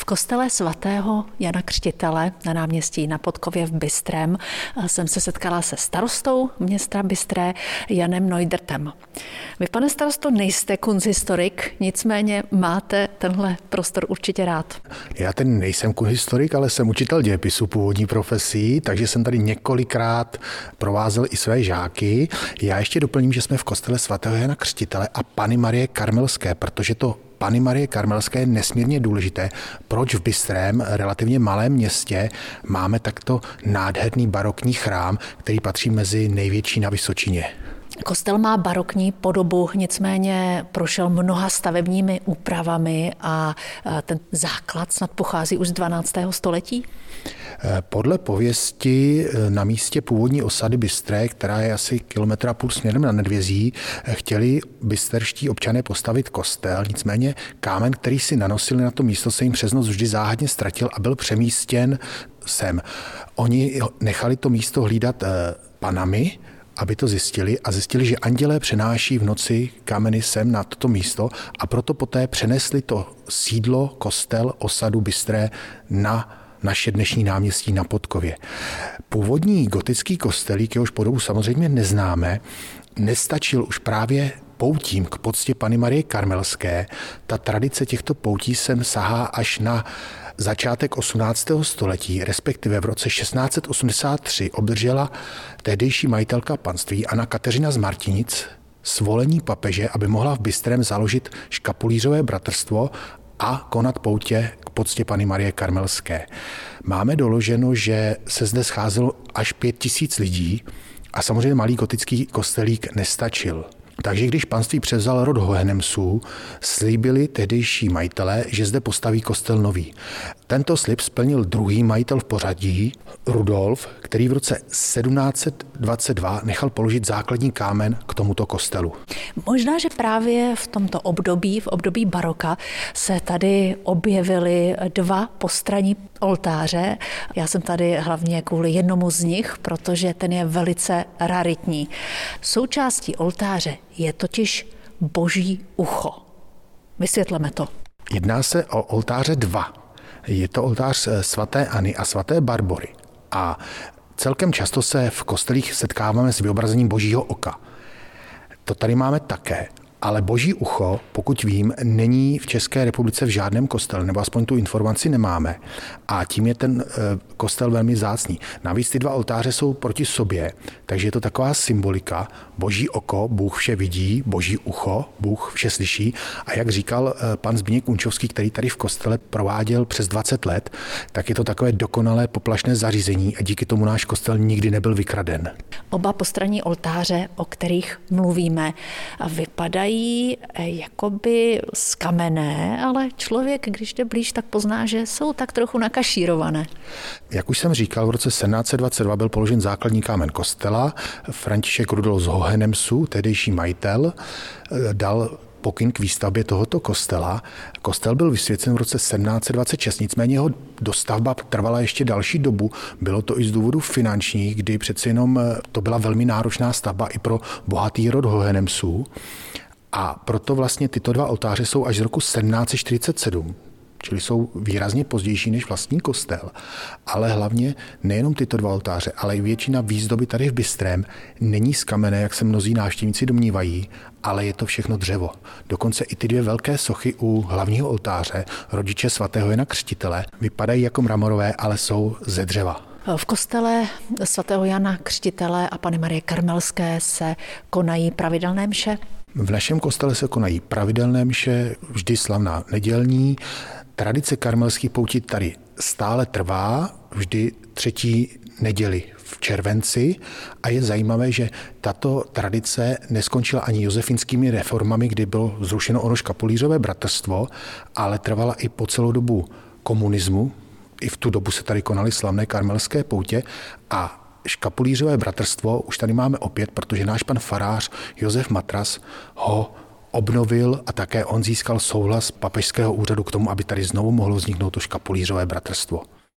kostele svatého Jana Křtitele na náměstí na Podkově v Bystrém jsem se setkala se starostou města Bystré Janem Neudrtem. Vy, pane starosto, nejste kunsthistorik, nicméně máte tenhle prostor určitě rád. Já ten nejsem kunsthistorik, ale jsem učitel dějepisu původní profesí, takže jsem tady několikrát provázel i své žáky. Já ještě doplním, že jsme v kostele svatého Jana Křtitele a Panny Marie Karmelské, protože to Panny Marie Karmelské je nesmírně důležité. Proč v Bystrém, relativně malém městě, máme takto nádherný barokní chrám, který patří mezi největší na Vysočině? Kostel má barokní podobu, nicméně prošel mnoha stavebními úpravami a ten základ snad pochází už z 12. století? Podle pověsti na místě původní osady Bystré, která je asi 1,5 kilometra směrem na Nedvězí, chtěli bysterští občané postavit kostel, nicméně kámen, který si nanosili na to místo, se jim přes noc vždy záhadně ztratil a byl přemístěn sem. Oni nechali to místo hlídat panami, aby to zjistili a zjistili, že andělé přenáší v noci kameny sem na toto místo a proto poté přenesli to sídlo, kostel, osadu Bystré na naše dnešní náměstí na Podkově. Původní gotický kostelík, jehož podobu samozřejmě neznáme, nestačil už právě poutím k poctě Panny Marie Karmelské. Ta tradice těchto poutí sem sahá až na začátek 18. století, respektive v roce 1683 obdržela tehdejší majitelka panství Anna Kateřina z Martinic svolení papeže, aby mohla v Bystrém založit škapulířové bratrstvo a konat poutě k poctě Panny Marie Karmelské. Máme doloženo, že se zde scházelo až 5 000 lidí a samozřejmě malý gotický kostelík nestačil. Takže když panství převzal rod Hohenemsů, slíbili tehdejší majitelé, že zde postaví kostel nový. Tento slib splnil druhý majitel v pořadí, Rudolf, který v roce 1722 nechal položit základní kámen k tomuto kostelu. Možná, že právě v tomto období, v období baroka, se tady objevily 2 postranní oltáře. Já jsem tady hlavně kvůli jednomu z nich, protože ten je velice raritní. Součástí oltáře je totiž Boží ucho. Vysvětleme to. Jedná se o oltáře 2. Je to oltář svaté Anny a svaté Barbory. A celkem často se v kostelích setkáváme s vyobrazením Božího oka. To tady máme také. Ale Boží ucho, pokud vím, není v České republice v žádném kostele, nebo aspoň tu informaci nemáme. A tím je ten kostel velmi vzácný. Navíc ty 2 oltáře jsou proti sobě, takže je to taková symbolika. Boží oko, Bůh vše vidí, Boží ucho, Bůh vše slyší. A jak říkal pan Zbigněk Kunčovský, který tady v kostele prováděl přes 20 let, tak je to takové dokonalé poplašné zařízení a díky tomu náš kostel nikdy nebyl vykraden. Oba postranní oltáře, o kterých mluvíme, vypadají jakoby z kamenné, ale člověk, když jde blíž, tak pozná, že jsou tak trochu nakašírované. Jak už jsem říkal, v roce 1722 byl položen základní kámen kostela. František Rudolf z Hohenemsů, tehdejší majitel, dal pokyn k výstavbě tohoto kostela. Kostel byl vysvěcen v roce 1726, nicméně jeho dostavba trvala ještě další dobu. Bylo to i z důvodu finančních, kdy přeci jenom to byla velmi náročná stavba i pro bohatý rod Hohenemsů. A proto vlastně tyto 2 oltáře jsou až z roku 1747, čili jsou výrazně pozdější než vlastní kostel. Ale hlavně nejenom tyto 2 oltáře, ale i většina výzdoby tady v Bystrém není z kamene, jak se mnozí návštěvníci domnívají, ale je to všechno dřevo. Dokonce i ty 2 velké sochy u hlavního oltáře, rodiče svatého Jana Křtitele, vypadají jako mramorové, ale jsou ze dřeva. V kostele svatého Jana Křtitele a Panny Marie Karmelské se konají pravidelné mše? V našem kostele se konají pravidelné mše, vždy slavná nedělní. Tradice karmelských poutí tady stále trvá, vždy 3. neděli v červenci a je zajímavé, že tato tradice neskončila ani josefínskými reformami, kdy bylo zrušeno ono škapulířové bratrstvo, ale trvala i po celou dobu komunismu. I v tu dobu se tady konaly slavné karmelské poutě a škapulířové bratrstvo už tady máme opět, protože náš pan farář Josef Matras ho obnovil a také on získal souhlas papežského úřadu k tomu, aby tady znovu mohlo vzniknout to škapulířové bratrstvo.